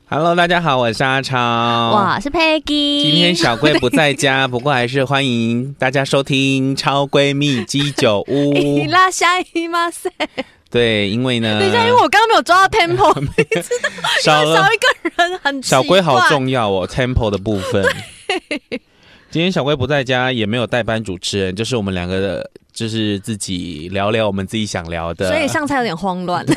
Hello， 大家好，我是阿超， 我是 Peggy。 今天小龟不在家，不过还是欢迎大家收听超闺蜜鸡酒屋。 いらっしゃいませ。 对，因为呢， 等一下，因为我刚刚没有抓到 tempo， 你知道， 少一个人很奇怪。 小龟好重要哦 ，tempo 的部分。今天小龟不在家，也没有代班主持人，就是我们两个的，就是自己聊聊我们自己想聊的， 所以上菜有点慌乱。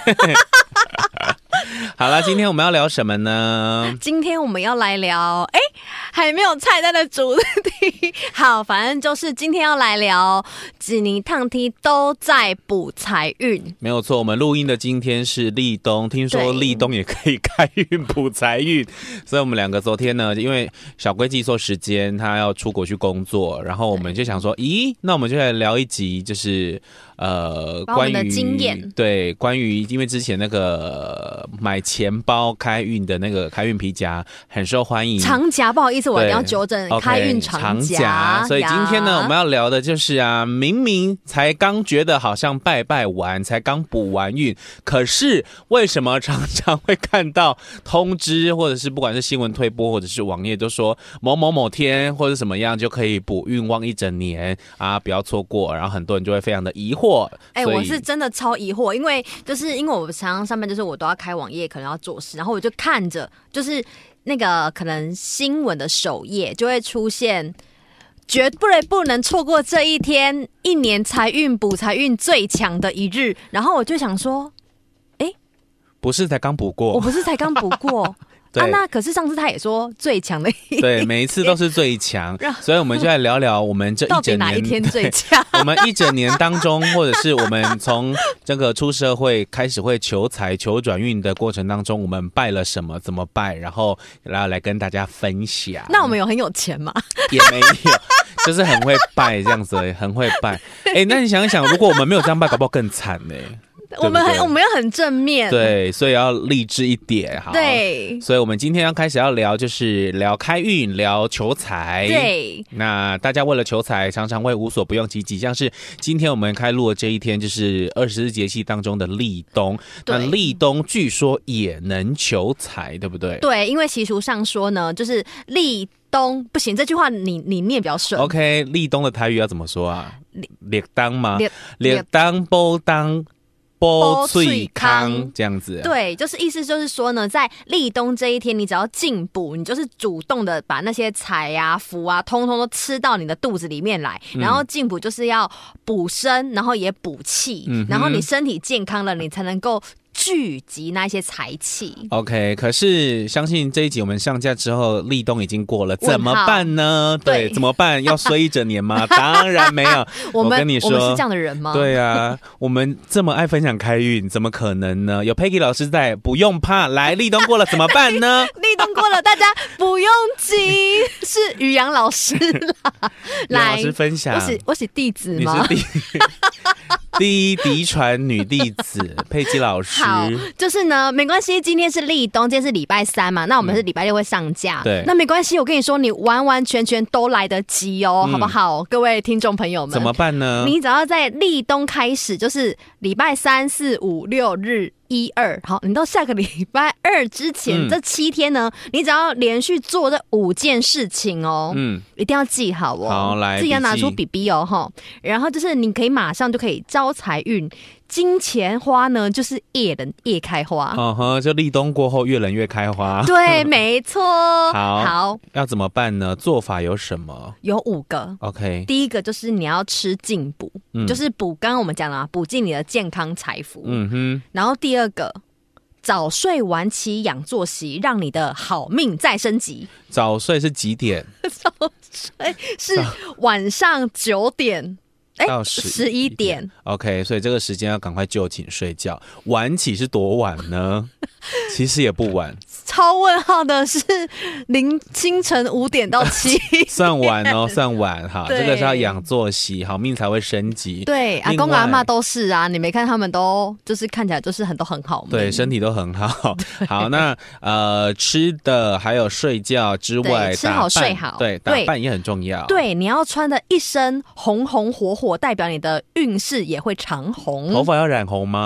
好了，今天我们要聊什么呢？ 今天我们要来聊，还没有菜单的主题。好，反正就是今天要来聊几年烫梯都在补财运。 没有错，我们录音的今天是立冬，听说立冬也可以开运补财运，所以我们两个昨天呢，因为小龟记错时间，他要出国去工作，然后我们就想说，咦，那我们就来聊一集，就是关于的经验， 对，关于因为之前那个买钱包开运的那个开运皮夹很受欢迎， 长夹，不好意思，我一定要纠正，开运长夹。 所以今天呢，我们要聊的就是啊，明明才刚觉得好像拜拜完，才刚补完运，可是为什么常常会看到通知，或者是不管是新闻推播，或者是网页都说某某某天或者什么样就可以补运旺一整年啊，不要错过。然后很多人就会非常的疑惑。 我是真的超疑惑，因为我常常上班，就是我都要开网页，可能要做事，然后我就看着，就是那个可能新闻的首页就会出现，绝对不能错过这一天，一年财运补财运最强的一日。然后我就想说， 不是才刚补过？ 我不是才刚补过。那可是上次他也说最强的一天， 对，每一次都是最强，所以我们就来聊聊我们这一整年到底哪一天最强？ 我们一整年当中，或者是我们从这个出社会开始会求财求转运的过程当中，我们拜了什么，怎么拜，然后来跟大家分享。 那我们有很有钱吗？ 也没有，就是很会拜这样子，很会拜。那你想一想，如果我们没有这样拜，搞不好更惨呢。 我们要很正面， 对，所以要励志一点。好， 对， 所以我们今天要开始要聊，就是聊开运，聊求财。 对， 那大家为了求财，常常会无所不用其极，像是今天我们开录的这一天，就是24节气当中的立冬。那立冬据说也能求财，对不对？ 对，因为习俗上说呢，就是立冬不行，这句话你念比较顺。 OK， 立冬的台语要怎么说啊？立冬吗？立冬补冬。保脆康这样子， 对，就是意思就是说呢，在立冬这一天，你只要进补，你就是主动的把那些财啊、福啊，通通都吃到你的肚子里面来。然后进补就是要补身，然后也补气，然后你身体健康了，你才能够聚集那些财气。 OK， 可是相信这一集我们上架之后，立冬已经过了，怎么办呢？对，怎么办？要衰一整年吗？当然没有。我跟你说， 我们是这样的人吗？ 对啊，我们这么爱分享开运，怎么可能呢？有 Peggy 老师在，不用怕。来，立冬过了怎么办呢？ 立冬过了，大家不用急，是宇阳老师啦。来， 老师分享， 我是弟子吗？ 你是第一嫡传女弟子佩姬老师。 好，就是呢，没关系，今天是立冬，今天是礼拜3嘛，那我们是礼拜6会上架。 对， 那没关系，我跟你说，你完完全全都来得及哦，好不好？各位听众朋友们， 怎么办呢？ 你只要在立冬开始，就是礼拜3、4、5、6日。1、2，好，你到下个礼拜2之前，这7天呢，你只要连续做这5件事情哦，一定要记好哦， 好，来， 自己要拿出笔笔哦，哈，然后就是你可以马上就可以招财运，金钱花呢就是夜冷夜开花， 就立冬过后越冷越开花， 对，没错。好， 要怎么办呢？做法有什么？ 有5个。 OK， 第一个就是你要吃进补，就是补，刚刚我们讲了，补进你的健康财富。然后第二个，早睡晚起养作息，让你的好命再升级。 早睡是几点？ 早睡是晚上9点。 到 11点 OK， 所以这个时间要赶快就寝睡觉。晚起是多晚呢？其实也不晚， 超问号的是清晨5点到7点算晚哦，算晚哈。这个是要养作息，好命才会升级。 对，阿公阿嬷都是啊，你没看他们都就是看起来就是都很好命， 对，身体都很好。好，那吃的还有睡觉之外， 吃好睡好， 对，打扮也很重要。 对，你要穿的一身红红火火，代表你的运势也会长红。 头发要染红吗？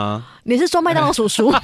你是说麦当劳叔叔？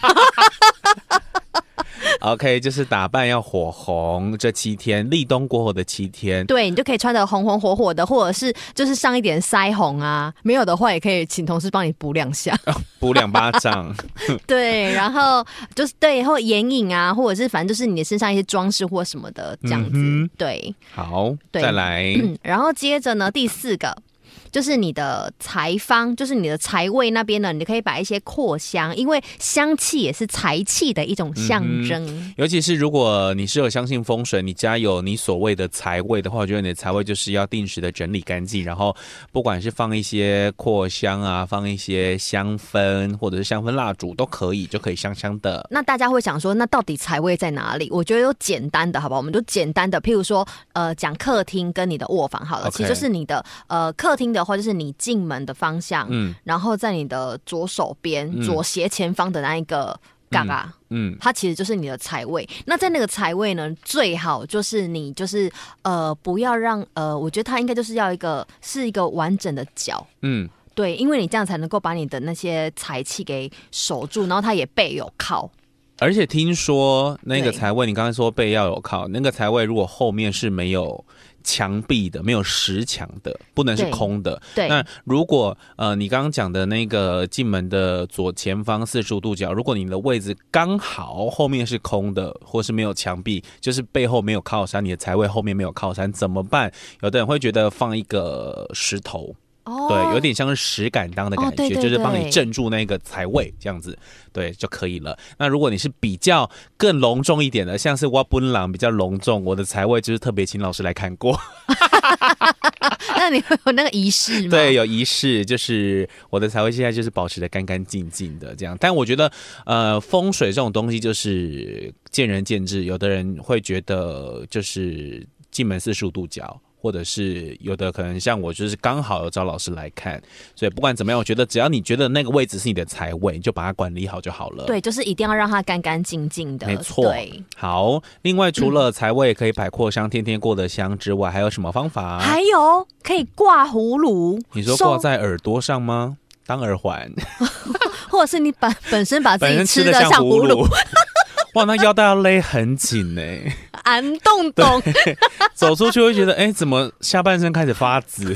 OK， 就是打扮要火红，这7天立冬过后的7天， 对，你就可以穿得红红火火的，或者是就是上一点腮红啊，没有的话也可以请同事帮你补2下， 补2巴掌。 对，然后就是对，或眼影啊，或者是反正就是你的身上一些装饰或什么的这样子，对， 好， 对， 再来， 然后接着呢，第4个。就是你的财方，就是你的财位那边呢，你可以摆一些扩香，因为香气也是财气的一种象征。 尤其是如果你是有相信风水，你家有你所谓的财位的话，我觉得你的财位就是要定时的整理干净，然后不管是放一些扩香啊，放一些香氛或者是香氛蜡烛都可以，就可以香香的。 那大家会想说，那到底财位在哪里？我觉得有简单的，好不好？我们就简单的，譬如说，讲客厅跟你的卧房好了， 其实就是你的客厅的话，就是你进门的方向，然后在你的左手边、左斜前方的那一个嘎嘎，它其实就是你的财位。那在那个财位呢，最好就是你就是不要让我觉得它应该就是要是一个完整的角，对，因为你这样才能够把你的那些财气给守住，然后它也背有靠。 而且听说那个财位，你刚才说背要有靠，那个财位如果后面是没有墙壁的，没有实墙的，不能是空的。对。那如果你刚刚讲的那个进门的左前方45度角，如果你的位置刚好后面是空的，或是没有墙壁，就是背后没有靠山，你的财位后面没有靠山，怎么办？有的人会觉得放一个石头。对，有点像是石敢当的感觉， 对对对， 就是帮你镇住那个财位，这样子，对就可以了。那如果你是比较更隆重一点的，像是我本人比较隆重，我的财位就是特别请老师来看过。 那你会有那个仪式吗？ 对，有仪式，就是我的财位现在就是保持得干干净净的这样。但我觉得，风水这种东西就是见仁见智，有的人会觉得就是进门45度角。或者是有的可能像我就是刚好有找老师来看，所以不管怎么样，我觉得只要你觉得那个位置是你的财位，你就把它管理好就好了。 对，就是一定要让它干干净净的。 没错。对，好。另外，除了财位可以摆扩香，天天过得香之外，还有什么方法？ 还有可以挂葫芦。 你说挂在耳朵上吗？当耳环， 或者是你本身把自己吃的像葫芦。 哇，那腰带要勒很紧呢， 安洞洞， 走出去会觉得，怎么下半身开始发紫？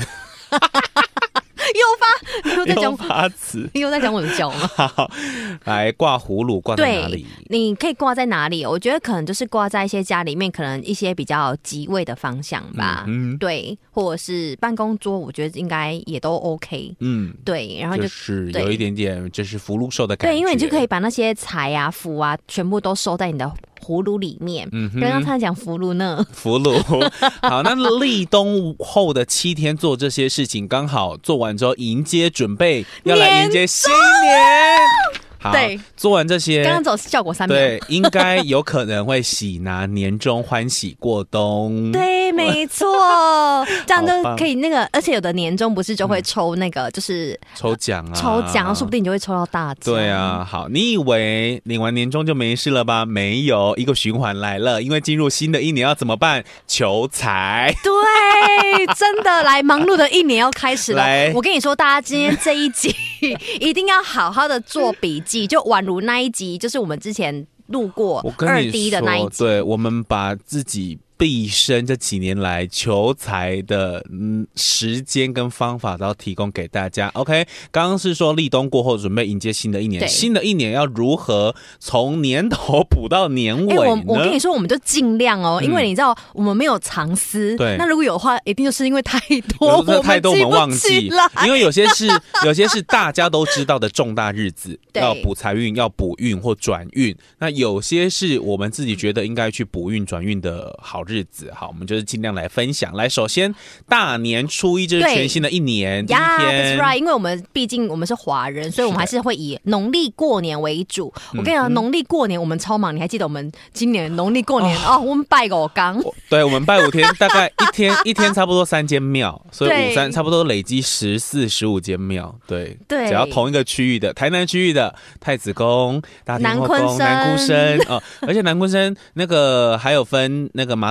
又发紫， 你有在讲我的脚吗？ 好，来挂葫芦挂在哪里？ 你可以挂在哪里？我觉得可能就是挂在一些家里面，可能一些比较吉位的方向吧。对，或者是办公桌，我觉得应该也都 OK。对，然后就是有一点点就是福禄寿的感觉。 对，因为你就可以把那些财啊、福啊，全部都收在你的葫芦里面。刚刚他讲福禄呢？福禄。 好，那立冬后的7天做这些事情，刚好做完之后准备要来迎接新年。好，对，做完这些， 刚刚走效果3秒， 对，应该有可能会喜拿年终，欢喜过冬。 对，没错，这样就可以那个，而且有的年终不是就会抽那个，就是抽奖啊， 抽奖，说不定你就会抽到大奖。 对啊，好，你以为领完年终就没事了吧？没有，一个循环来了，因为进入新的一年要怎么办？求财。 对，真的来忙碌的一年要开始了。我跟你说，大家今天这一集一定要好好的做笔记，就宛如那一集，就是我们之前录过2D 的那一集。 对，我们把自己毕生这几年来求财的时间跟方法都要提供给大家。 OK， 刚刚是说立冬过后准备迎接新的一年，新的一年要如何从年头补到年尾呢？ 我跟你说，我们就尽量因为你知道我们没有藏私，对，那如果有的话一定就是因为太多我们忘记了， 因为有些是大家都知道的重大日子要补财运，要补运或转运，那有些是我们自己觉得应该去补运转运的好日子。好，我们就是尽量来分享。来，首先大年初一，这是全新的一年，第一天。 That's right， 因为我们毕竟我们是华人，所以我们还是会以农历过年为主。我跟你讲，农历过年我们超忙，你还记得我们今年农历过年我们拜5天， 对，我们拜5天，大概一天差不多3间庙，所以5、3差不多累积14、15间庙。对，只要同一个区域的，台南区域的太子宫、大天后宫、南鯤鯓而且南鯤鯓那个还有分那个马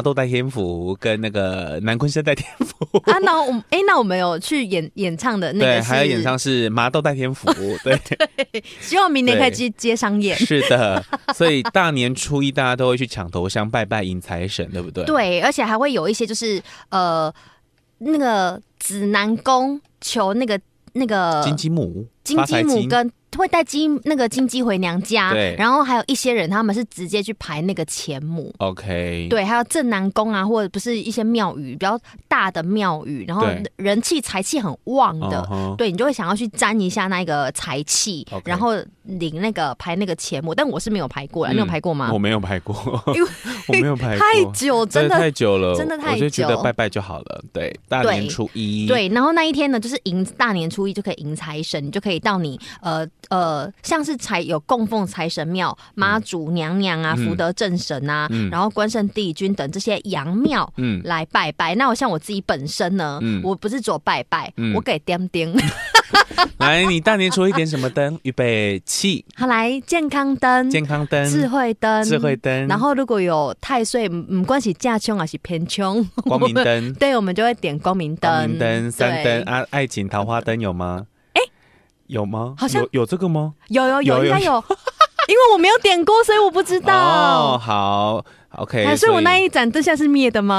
豆带天福跟那个南昆生带天福啊。那我们有去演唱的那个， 对，还有演唱是麻豆带天福，对对，希望明年可以接商演。 是的，所以大年初一大家都会去抢头香拜拜迎财神，对不对？ 对，而且还会有一些就是那个指南宫求那个金鸡母跟会带那个金鸡回娘家， 对， 然后还有一些人他们是直接去排那个钱母 ，OK， 对，还有正南宫啊，或者不是一些庙宇比较大的庙宇，然后人气财气很旺的，对你就会想要去沾一下那个财气，然后领那个排那个钱母，但我是没有排过啦，你有排过吗？ 我没有排过，因为我没有排过， 太久，真的太久了， 真的太久， 我就觉得拜拜就好了。对，大年初一， 对，然后那一天呢，就是大年初一就可以迎财神，你就可以到你像是有供奉财神庙、妈祖娘娘啊、福德正神啊，然后关圣帝君等这些阳庙来拜拜。那像我自己本身呢，我不是只有拜拜，我给点点。 来，你大年初一点什么灯？预备起。 好，来健康灯、智慧灯。然后如果有太岁，不管是架凶还是偏凶， 光明灯。 对，我们就会点光明灯、 三灯啊，爱情桃花灯有吗？有吗？ 好像有这个吗？ 有，应该有，因为我没有点过，所以我不知道。 哦，好 ，OK。 所以我那一盏灯下是灭的吗？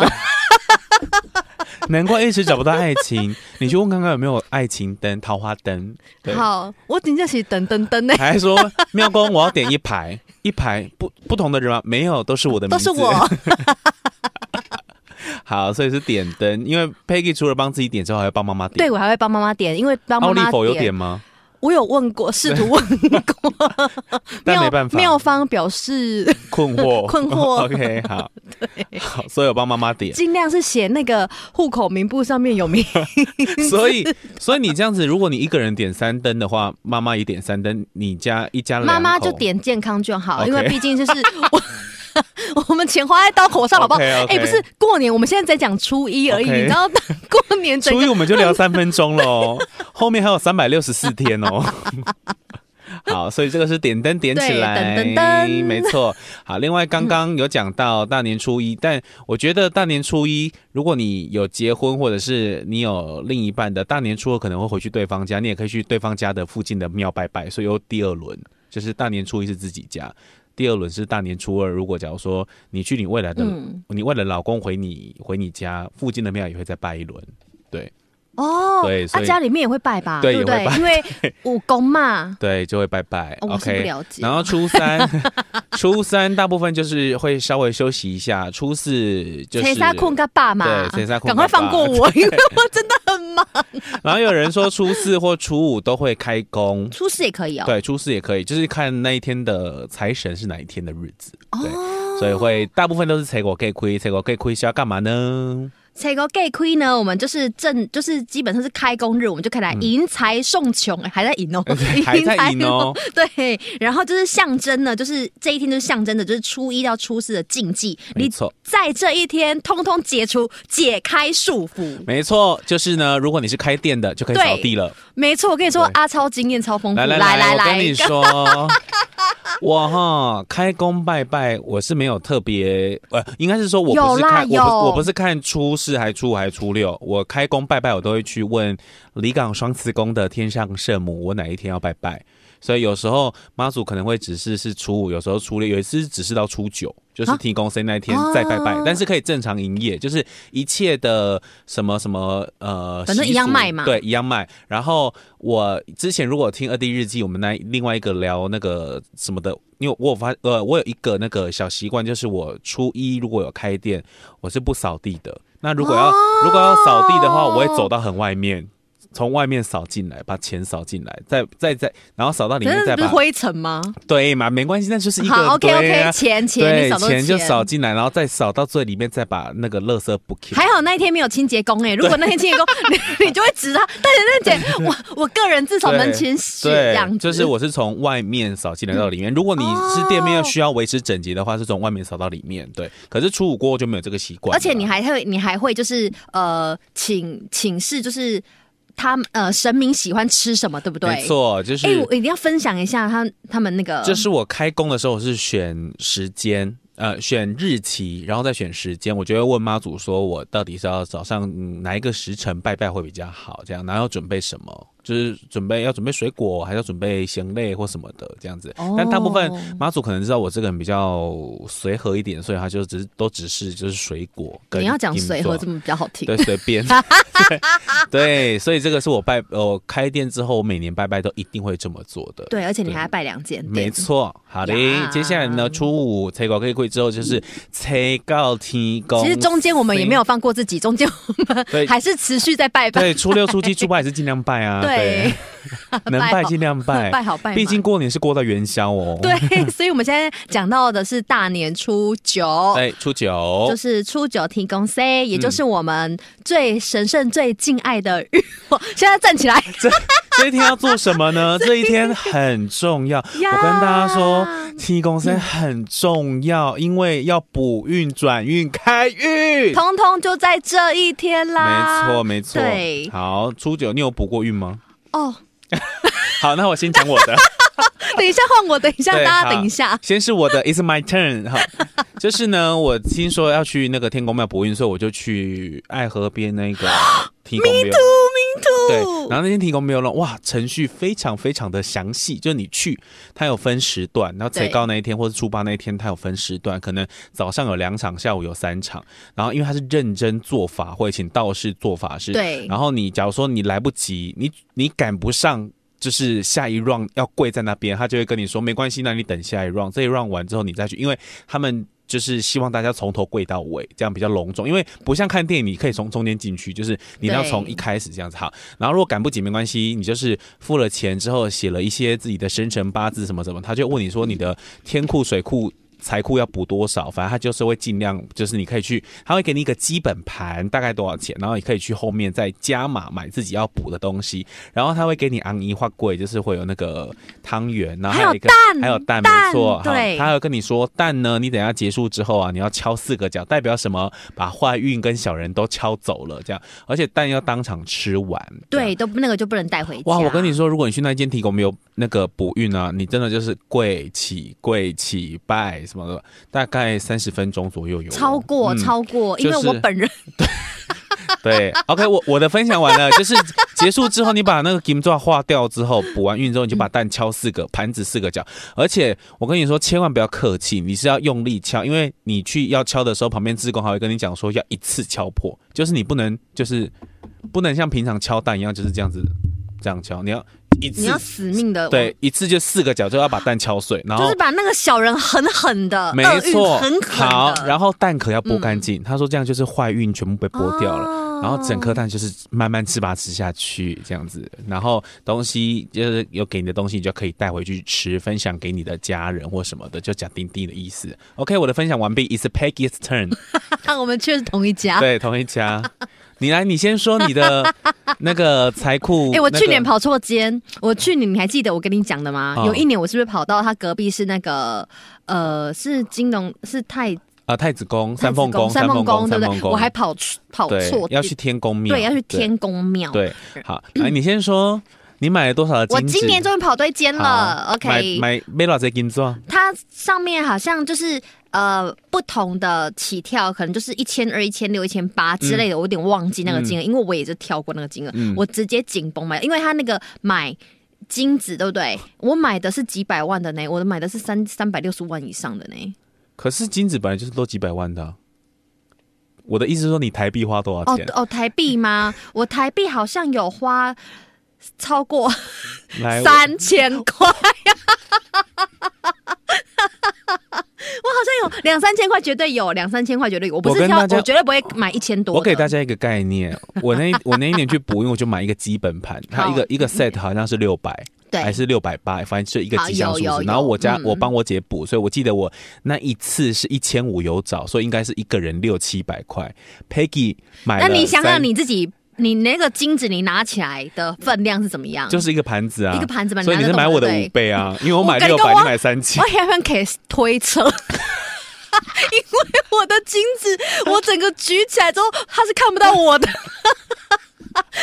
难怪一直找不到爱情。你去问看看有没有爱情灯、桃花灯。 好，我真的是灯呢。 还说庙公我要点一排不同的人吗？没有，都是我的名字， 都是我。 好，所以是点灯，因为 Peggy 除了帮自己点之后，还会帮妈妈点。 对，我还会帮妈妈点，因为帮妈妈点。 奥利佛有点吗？ 我有问过，试图问过， 但没办法。 妙方表示困惑。 OK， 好，好，所以我帮妈妈点， 尽量是写那个户口名簿上面有名。 所以你这样子，如果你一个人点3灯的话，妈妈也点3灯，你家一家2口， 妈妈就点健康就好，因为毕竟就是我们钱花在刀口上，好不好？不是过年，我们现在在讲初一而已，你知道过年初一我们就聊3分钟了，后面还有364天哦。好，所以这个是点灯点起来， 噔， 没错。好，另外刚刚有讲到大年初一，但我觉得大年初一，如果你有结婚或者是你有另一半的，大年初二可能会回去对方家，你也可以去对方家的附近的庙拜拜，所以有第2轮，就是大年初一是自己家。第2轮是大年初二，如果假如说你去你未来的，你为了老公回你家附近的庙也会再拜1轮，对。 哦， 对，所以家里面也会拜吧， 对不对？因为武功嘛， 对，就会拜拜。 我是不了解。 然后初三大部分就是会稍微休息一下，初4就是谁杀困个爸嘛， 对， 赶快放过我，因为我真的很忙。 然后有人说初4或初5都会开工， 初4也可以哦。 对，初4也可以，就是看那一天的财神是哪一天的日子。对，所以会大部分都是财果可以亏，财果可以亏是要干嘛呢？ 财果给亏呢，我们就是基本上是开工日，我们就可以来迎财送穷，还在迎哦， 还在迎哦。 对，然后就是象征呢，就是这一天就是象征的，就是初1到初4的禁忌， 没错， 在这一天通通解开束缚。 没错，就是呢，如果你是开店的，就可以扫地了。 没错，我跟你说，阿超经验超丰富。 来，我跟你说。我开工拜拜，我是没有特别，应该是说我不是看初4还初5还初6，我开工拜拜我都会去问离港双慈宫的天上圣母，我哪一天要拜拜。所以有时候妈祖可能会指示是初5，有时候初6，有一次指示到初9，就是提公生那一天再拜拜，但是可以正常营业，就是一切的什么反正一样卖嘛， 对，一样卖。然后我之前如果听2D日记，我们那另外一个聊那个什么的，因为我有一个那个小习惯，就是我初1如果有开店，我是不扫地的。那如果要扫地的话，我会走到很外面。从外面扫进来，把钱扫进来，再，然后扫到里面，再把不是灰尘吗？ 对嘛，没关系，那就是一个好 OK， 钱， 对， 你扫到钱就扫进来，然后再扫到最里面，再把那个垃圾补起来。 还好那一天没有清洁工如果那天清洁工，你就会指他，但是那姐，我个人自扫门前雪这样子。 就是我是从外面扫进来到里面。如果你是店面需要维持整洁的话，是从外面扫到里面。对，可是初5过后就没有这个习惯。 而且你还会就是请示就是。神明喜欢吃什么，对不对？ 没错，就是我一定要分享一下他们那个。 就是我开工的时候，我是选时间， 选日期，然后再选时间，我就会问妈祖说，我到底是要早上哪一个时辰拜拜会比较好，这样，然后要准备什么，就是要准备水果，还是要准备咸类或什么的这样子。但大部分妈祖可能知道我这个人比较随和一点，所以他就都只是就是水果跟。 你要讲随和这么比较好听。 对，随便。对，所以这个是我开店之后，我每年拜拜都一定会这么做的。 对，而且你还拜2间店。 没错。好的，接下来呢，初五初五可以跪之后就是初到天公。 其实中间我们也没有放过自己，中间我们还是持续在拜拜。 对，初六、初七、初八也是尽量拜啊。对，能拜尽量拜， 拜好拜满。 毕竟过年是过到元宵哦。 对，所以我们现在讲到的是大年初9。 对，初9 就是初9天公生，也就是我们最神圣、最敬爱的日。现在站起来。 这一天要做什么呢？这一天很重要。我跟大家说，天公生很重要，因为要补运、转运、开运， 通通就在这一天啦。 没错。 对， 好，初9你有补过运吗？ 哦， 好，那我先讲我的。 等一下换我，等一下大家等一下。 先是我的 ，It's my turn。好，就是呢，我听说要去那个天公庙补运，所以我就去爱河边那个天公庙。对，然后那天天公庙呢，哇，程序非常非常的详细，就是你去，它有分时段，然后最高那一天或是初8那一天，它有分时段，可能早上有2场，下午有3场。然后因为它是认真做法会，请道士做法事。 对， 然后你假如说你来不及，你赶不上。就是下一 round 要跪在那边，他就会跟你说没关系，那你等下一 round， 这一 round 完之后你再去，因为他们就是希望大家从头跪到尾，这样比较隆重，因为不像看电影，你可以从中间进去，就是你要从一开始这样子好。然后如果赶不及没关系，你就是付了钱之后写了一些自己的生辰八字什么什么，他就问你说你的天库、水库。财库要补多少，反正他就是会尽量，就是你可以去，他会给你一个基本盘，大概多少钱，然后你可以去后面再加码买自己要补的东西，然后他会给你昂一花柜，就是会有那个汤圆，然后还有蛋，没错，对，他会跟你说蛋呢，你等一下结束之后啊，你要敲4个角，代表什么？把坏运跟小人都敲走了，这样，而且蛋要当场吃完， 对，都那个就不能带回家。 哇，我跟你说，如果你去那间提供没有那个补运啊，你真的就是跪起拜。什么的，大概30分钟左右有，超过， 因为我本人对 ，OK， 我的分享完了，就是结束之后，你把那个金爪化掉之后，补完运之后，你就把蛋敲4个盘子4个角，而且我跟你说，千万不要客气，你是要用力敲，因为你去要敲的时候，旁边志工还会跟你讲说要一次敲破，就是你不能像平常敲蛋一样，就是这样子这样敲，你要死命的， 对，一次就4个角就要把蛋敲碎，然后就是把那个小人狠狠的， 没错， 狠狠的， 好，然后蛋壳要剥干净。他说这样就是坏运全部被剥掉了，然后整颗蛋就是慢慢把它吃下去这样子，然后东西就是有给你的东西，你就可以带回去吃，分享给你的家人或什么的，就讲丁丁的意思。OK， 我的分享完毕 ，It's Peggy's turn。 我们却是同一家， 对，同一家。你先说你的那个财库。 我去年跑错间，你还记得我跟你讲的吗？有一年我是不是跑到他隔壁是那个是金龙是太子宫、三凤宫， 对不对？我还跑错， 要去天公庙， 对，要去天公庙。 对，好，来你先说。你买了多少的金子？ 我今年终于跑对间了。OK， 买多少金子？ 它上面好像就是不同的起跳，可能就是1200、1600、1800之类的，我有点忘记那个金额，因为我也是跳过那个金额，我直接紧绷买，因为他那个买金子对不对？我买的是几百万的呢，我买的是360万以上的呢。 可是金子本来就是都几百万的啊。我的意思是说，你台币花多少钱？ 台币吗？我台币好像有花。超过3000块，我好像有2-3千块，绝对有2-3千块，绝对有。我不是挑，我绝对不会买1000多的。 我给大家一个概念，我那一年去补，因为我就买一个基本盘，它一个 set 好像是600。还是680，反正就一个吉祥数字。然后我帮我姐补，所以我记得我那一次是1500有找，所以应该是一个人600-700块。Peggy 买了， 那你想想你自己。你那个金子你拿起来的分量是怎么样？ 就是一个盘子啊， 一个盘子嘛。 所以你是买我的5倍啊，因为我买600，你买3000。 我还可以推车，因为我的金子我整个举起来之后，它是看不到我的。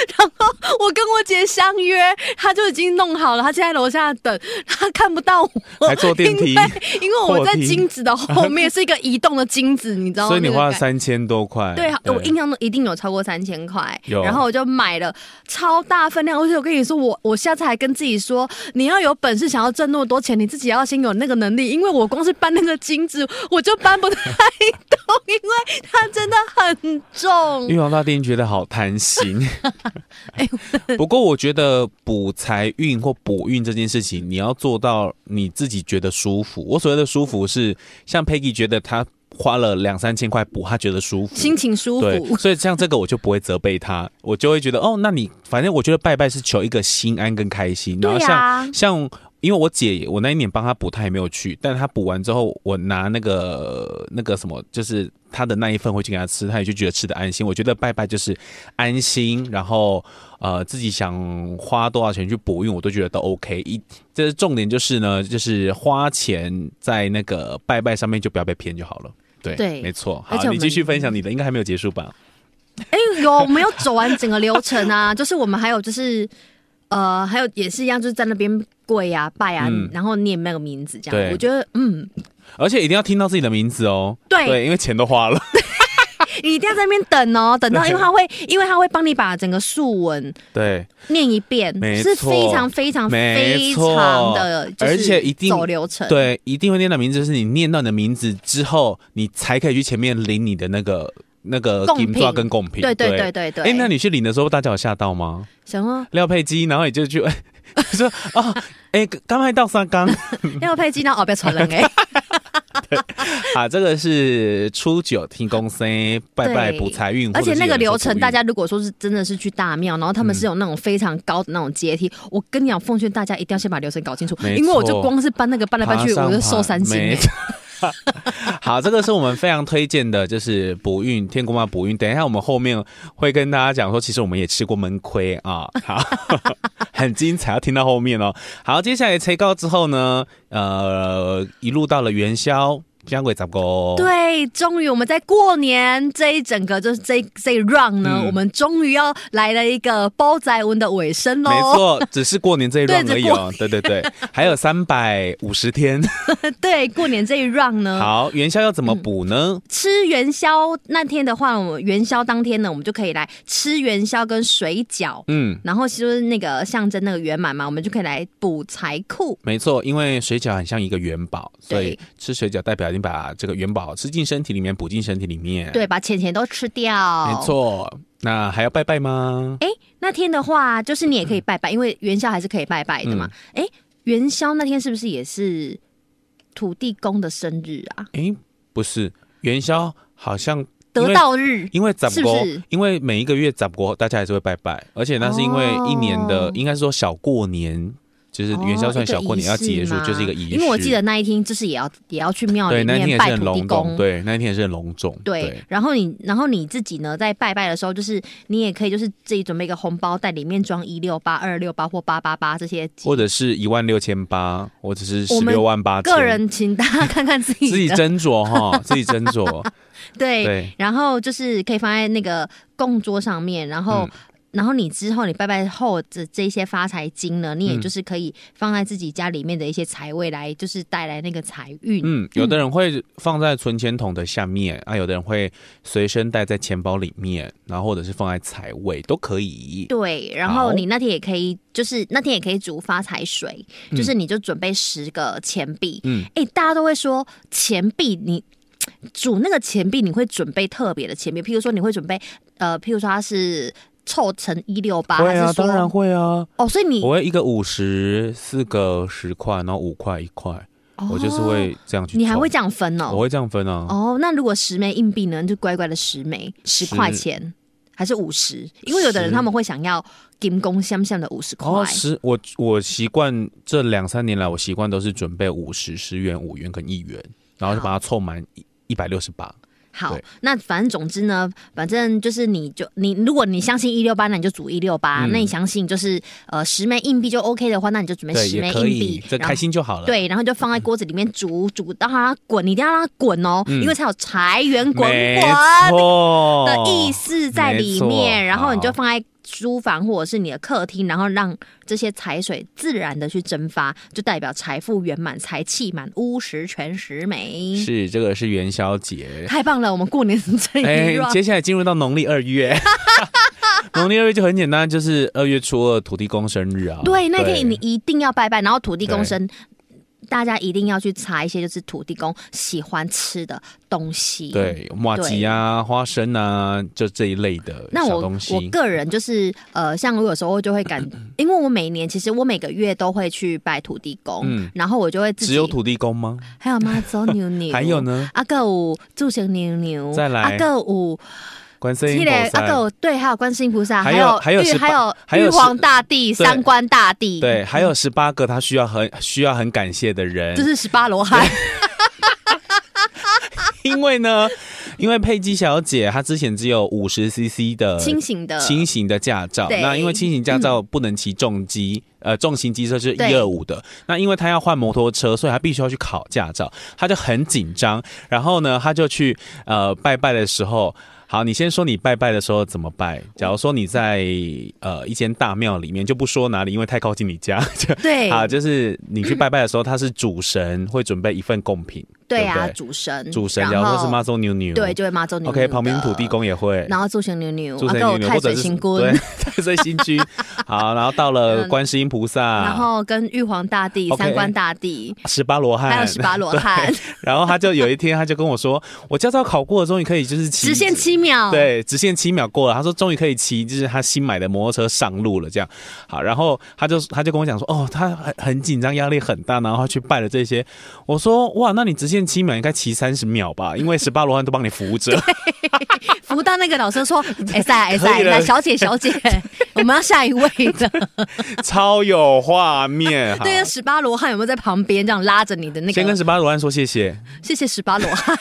然后我跟我姐相约，她就已经弄好了，她现在楼下等，她看不到我， 还坐电梯， 因为我在金子的后面是一个移动的金子，你知道吗？ 所以你花了3000多块。 对，我印象中一定有超过3000块。 有， 然后我就买了超大分量，而且我跟你说，我下次还跟自己说，你要有本事想要挣那么多钱，你自己要先有那个能力，因为我光是搬那个金子，我就搬不太动，因为它真的很重。 玉皇大帝觉得好贪心。不过我觉得补财运或补运这件事情，你要做到你自己觉得舒服。我所谓的舒服是，像 Peggy 觉得她花了2-3千块补，她觉得舒服， 心情舒服。 对，所以像这个我就不会责备她，我就会觉得哦，那你反正我觉得拜拜是求一个心安跟开心。然后像因为我姐，我那一年帮她补，她也没有去，但她补完之后，我拿那个什么，就是她的那一份回去给她吃，她也就觉得吃得安心。我觉得拜拜就是安心，然后自己想花多少钱去补运，我都觉得都 OK。这是重点就是呢，就是花钱在那个拜拜上面就不要被骗就好了。对，没错。好，你继续分享你的，应该还没有结束吧？ 有没有走完整个流程啊？就是我们还有就是还有也是一样，就是在那边跪啊拜啊，然后念那个名字这样。我觉得而且一定要听到自己的名字哦。 对， 因为钱都花了。 你一定要在那边等哦，等到因为他会帮你把整个素文念一遍，是非常非常非常的， 而且一定走流程。 对，一定会念到名字，就是你念到你的名字之后，你才可以去前面领你的那个金抓跟贡品。对。那你去领的时候，大家有吓到吗？ 什么廖佩基，然后你就去说哦，刚才到三缸廖佩基，然后不要传人好，这个是初九听公司拜拜补财运， 而且那个流程，大家如果说是真的是去大庙，然后他们是有那种非常高的那种阶梯，我跟你讲，奉劝大家一定要先把流程搞清楚，因为我就光是搬来搬去，我就瘦3斤。 好，这个是我们非常推荐的，就是补运天公妈补运。等一下我们后面会跟大家讲说，其实我们也吃过闷亏啊，好，很精彩，要听到后面哦。好，接下来催告之后呢，一路到了元宵。将鬼杂过， 对，终于我们在过年这一整个就是这一 round 呢，我们终于要来了一个包仔文的尾声喽。 没错，只是过年这一 round 而已哦。对，还有350天。 对，过年这一 round 呢， 好，元宵要怎么补呢？ 吃元宵那天的话，我们元宵当天呢，我们就可以来吃元宵跟水饺，然后就是那个象征那个圆满嘛，我们就可以来补财库。 没错，因为水饺很像一个元宝，所以吃水饺代表已经把这个元宝吃进身体里面，补进身体里面。 对，把钱都吃掉。 没错。那还要拜拜吗？ 那天的话，就是你也可以拜拜，因为元宵还是可以拜拜的嘛。元宵那天是不是也是土地公的生日啊？ 不是，元宵好像得道日， 因为是不是？ 因为每一个月十五大家还是会拜拜，而且那是因为一年的，应该是说小过年。就是元宵算小过年要结束，就是一个仪式。 因为我记得那一天就是也要去庙里面拜土地公， 对，那一天也是很隆重。 对，然后你自己呢，在拜拜的时候，就是你也可以就是自己准备一个红包袋，里面装168、268或888这些， 或者是16800，或者是168000。 个人请大家看看自己斟酌哈，自己斟酌。 对，然后就是可以放在那个供桌上面，然后你之后你拜拜后的这些发财金呢，你也就是可以放在自己家里面的一些财位来，就是带来那个财运。 有的人会放在存钱筒的下面啊，有的人会随身带在钱包里面，然后或者是放在财位都可以。 对，然后你那天也可以，就是那天也可以煮发财水，就是你就准备10个钱币。大家都会说钱币你。煮那个钱币，你会准备特别的钱币，譬如说你会准备譬如说它是凑成168， 会啊，当然会啊。 所以我会一个50，4个10块，然后5块1块，我就是会这样去。 你还会这样分哦？ 我会这样分啊。 那如果10枚硬币呢，就乖乖的10枚10块钱，还是50？因为有的人他们会想要金光闪闪的50块。 我习惯这2-3年来，我习惯都是准备50、10元、5元跟1元，然后就把它凑满168。 好，那反正总之呢，反正就是你如果你相信168，那你就煮168。那你相信就是10枚硬币就 OK 的话，那你就准备10枚硬币， 这开心就好了。 对，然后就放在锅子里面煮到它滚，你一定要让它滚哦，因为才有财源滚滚的意思在里面。然后你就放在书房或者是你的客厅，然后让这些财水自然的去蒸发，就代表财富圆满、财气满屋、十全十美。 是，这个是元宵节， 太棒了！我们过年这一段， 接下来进入到农历2月。农历2月就很简单，就是2月初2土地公生日啊。 对，那天你一定要拜拜，然后土地公生。大家一定要去查一些就是土地公喜欢吃的东西， 对，麻糬啊、花生啊，就这一类的小东西。 那我个人就是像我有时候就会因为我其实我每个月都会去拜土地公，然后我就会自己。 只有土地公吗？ 还有妈祖牛牛， 还有呢？ 还有祝神牛牛， 再来， 还有。 观世音菩萨， 对，还有观世音菩萨， 还有玉皇大帝、三官大帝， 对，还有18个他需要很感谢的人， 就是18罗汉。 因为佩姬小姐她之前只有50cc 的轻型的驾照，那因为轻型驾照不能骑重机。重型机车是125的，那因为他要换摩托车，所以他必须要去考驾照，他就很紧张。然后呢，他就去拜拜的时候，好，你先说你拜拜的时候怎么拜？假如说你在一间大庙里面，就不说哪里，因为太靠近你家。 对， 好，就是你去拜拜的时候，他是主神会准备一份贡品。 对啊， 对主神， 假如说是妈祖牛牛， 对，就会妈祖牛牛。 OK， 旁边土地公也会， 然后祝神牛牛， 或者是对太岁星君。好，然后到了观世音菩萨， 然后跟玉皇大帝、三官大帝、 18罗汉， 还有18罗汉。 然后他就有一天，他就跟我说，我驾照考过了，终于可以就是骑直线7秒， 对，直线7秒过了。他说终于可以骑，就是他新买的摩托车上路了，这样。好，然后他就跟我讲说，哦，他很紧张，压力很大，然后他去拜了这些。我说哇，那你直线7秒应该骑30秒吧？因为18罗汉都帮你扶着， 扶到那个老师说，来，小姐，我们要下一位的， 超有画面。 对，18罗汉有没有在旁边这样拉着你的那个？ 先跟18罗汉说谢谢 18罗汉。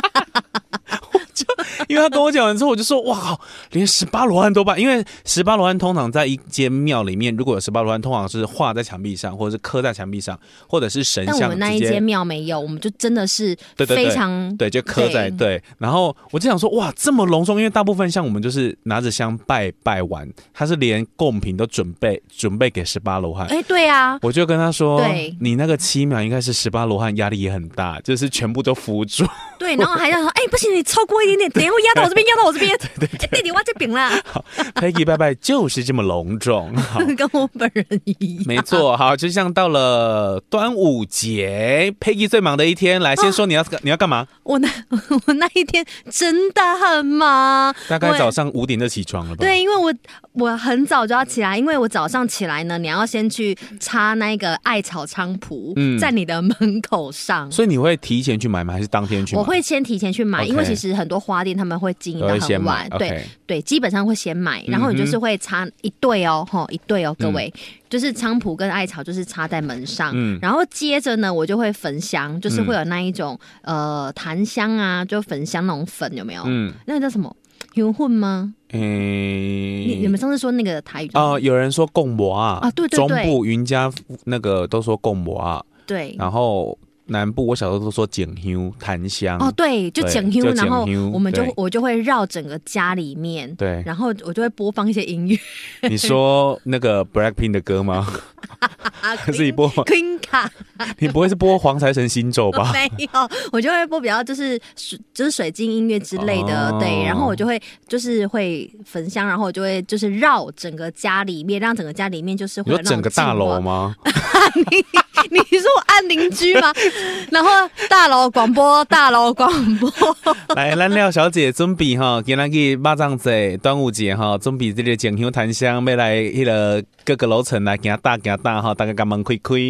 因为他跟我讲完之后，我就说哇，连18罗汉都办。因为18罗汉通常在一间庙里面，如果有18罗汉，通常是画在墙壁上，或者是刻在墙壁上，或者是神像。 但我们那一间庙没有，我们就真的是非常对，就刻在对。然后我就想说哇，这么隆重，因为大部分像我们就是拿着香拜完，他是连贡品都准备给18罗汉。 对啊， 我就跟他说，你那个7秒应该是18罗汉压力也很大，就是全部都扶住。 对，然后还要说，不行，你超过一点点，等一下会压到我这边，对，弟弟我这边啦。 好 ，Peggy 拜拜就是这么隆重， 跟我本人一样。 没错，好，就像到了端午节 ，Peggy 最忙的一天，来先说你要干嘛？ 我那一天真的很忙， 大概早上5点就起床了吧？ 对，因为我很早就要起来，因为我早上起来呢，你要先去插那个艾草菖蒲，在你的门口上。 所以你会提前去买吗？还是当天去买？ 我会先提前去买，因为其实很多花店他们会经营到很晚，对，基本上会先买，然后你就是会插一对哦，各位，就是菖蒲跟艾草就是插在门上，然后接着呢，我就会焚香，就是会有那一种檀香啊，就焚香那种粉，有没有？那个叫什么？油混吗？你们上次说那个台语有人说贡摩啊， 对， 中部云家那个都说贡摩啊， 对， 然后南部我小时候都说剪香檀香对，就剪香，然后我就会绕整个家里面， 对， 然后我就会播放一些音乐。 你说那个 Blackpink 的歌吗？还是你播 Queen 卡？ 你不会是播黄财神星咒吧？ 没有，我就会播比较就是水晶音乐之类的，对，然后我就会就是会焚香，然后我就会就是绕整个家里面，让整个家里面就是会有那种整个大楼吗？ 你说我按邻居吗？然后大楼广播， 来，咱廖小姐准备哈，今天去肉粽节、端午节哈，准备这个剪香檀香，要来那个各个楼层来行大哈，大家把门开。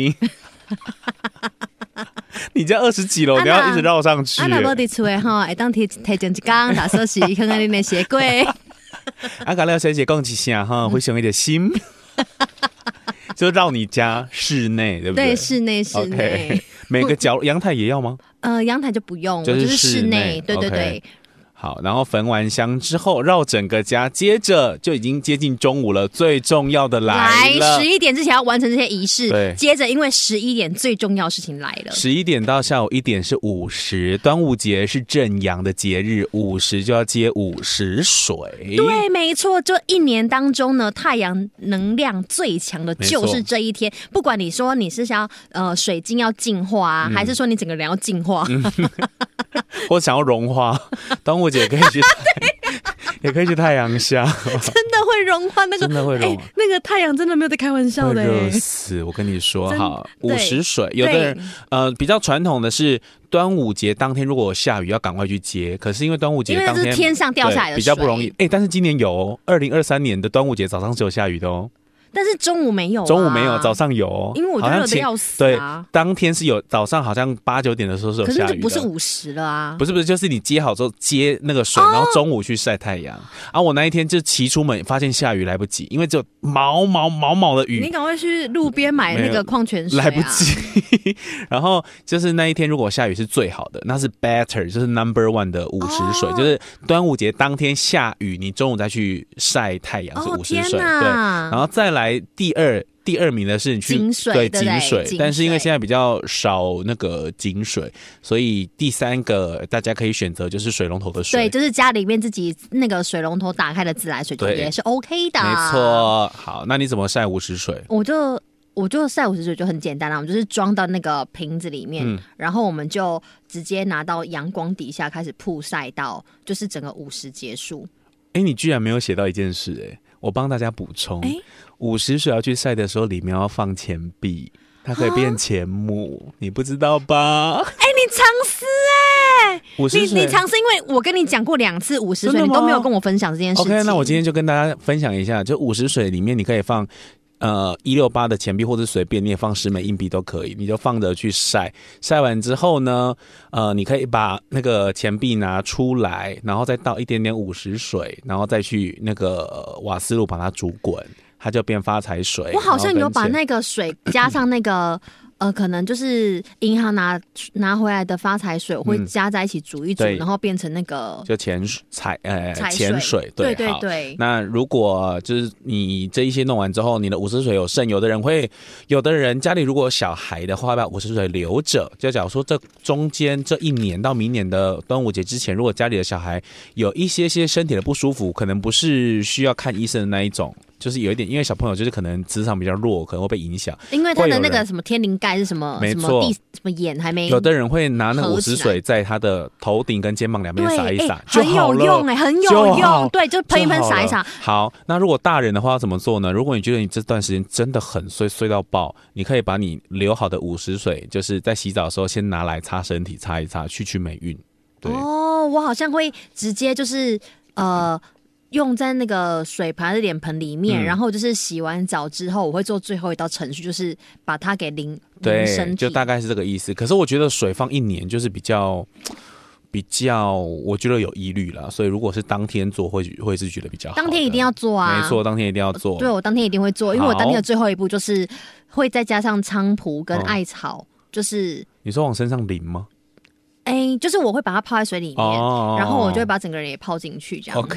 你家20几楼，你要一直绕上去。 那我伫厝的哈，会当提前一天打扫洗，看看你的鞋柜。 跟廖小姐讲一下哈，会想一点心。就绕你家室内，对不对？ 对，室内。 Okay. 每个角阳台也要吗？ 阳台就不用， 就是室内。对。 好，然后焚完香之后绕整个家，接着就已经接近中午了，最重要的来了 ，11点之前要完成这些仪式。 对， 接着因为11点最重要的事情来了 ，11点到下午1点是午时，端午节是正阳的节日，午时就要接午时水。 对，没错，就一年当中呢，太阳能量最强的就是这一天。不管你说你是想要水晶要净化啊，还是说你整个人要净化， 或想要融化，端午节可以去也可以去太阳下， 真的会融化，那个真的会融化， 那个太阳真的没有在开玩笑的， 热死！我跟你说，好，午时水，有的人比较传统的是端午节当天如果下雨要赶快去接，可是因为端午节当天因为是天上掉下来的水， 比较不容易。但是今年有2023年的端午节早上是有下雨的哦。 但是中午没有、啊， 中午没有，早上有哦。 因为我觉得热的要死啊。 对，当天是有早上好像8、9点的时候是有下雨的。 可是就不是午时了啊。 不是，就是你接好之后接那个水，然后中午去晒太阳。然后我那一天就骑出门，发现下雨来不及，因为只有毛的雨。 你赶快去路边买那个矿泉水、啊。 来不及。然后就是那一天如果下雨是最好的，那是 better， 就是 No.1 的午时水，就是端午节当天下雨，你中午再去晒太阳是午时水。对，然后再来第二名的是你去井水， 对井水，但是因为现在比较少那个井水，所以第3个大家可以选择就是水龙头的水， 对，就是家里面自己那个水龙头打开的自来水也是 OK 的， 没错。好，那你怎么晒午时水？ 我就晒午时水就很简单啦，我们就是装到那个瓶子里面，然后我们就直接拿到阳光底下开始曝晒到就是整个午时结束。 你居然没有写到一件事我帮大家补充。午时水要去晒的时候，里面要放钱币，它可以变钱母，你不知道吧？ 你藏私午时水你藏私，因为我跟你讲过2次午时水，你都没有跟我分享这件事情。 OK， 那我今天就跟大家分享一下，就午时水里面你可以放168的钱币，或者随便你也放10枚硬币都可以，你就放着去晒。晒完之后呢，你可以把那个钱币拿出来，然后再倒一点点午时水，然后再去那个瓦斯炉把它煮滚，它就变发财水。 我好像有把那个水加上那个可能就是银行拿回来的发财水，我会加在一起煮一煮，然后变成那个就钱水。 对对对。 那如果就是你这一些弄完之后，你的午时水有剩，有的人家里如果有小孩的话，把午时水留着。就假如说这中间这1年到明年的端午节之前，如果家里的小孩有一些身体的不舒服，可能不是需要看医生的那一种。就是有一点，因为小朋友就是可能磁场比较弱，可能会被影响。 因为他的那个什么天灵盖是什么什么地什么眼还没。 有的人会拿那个午时水在他的头顶跟肩膀两边洒一洒，就好了， 很有用很有用。对，就喷一喷洒一洒。 好，那如果大人的话要怎么做呢？如果你觉得你这段时间真的很睡到爆，你可以把你留好的午时水，就是在洗澡的时候先拿来擦身体，擦一擦，去霉运。对我好像会直接就是用在那个水盘的脸盆里面，然后就是洗完澡之后，我会做最后一道程序，就是把它给淋身体， 就大概是这个意思。可是我觉得水放1年就是比较，我觉得有疑虑啦，所以如果是当天做会是觉得比较好。 当天一定要做啊， 没错，当天一定要做。 对，我当天一定会做，因为我当天的最后一步就是会再加上菖蒲跟艾草，就是你说往身上淋吗？ 就是我会把它泡在水里面，然后我就会把整个人也泡进去，这样子。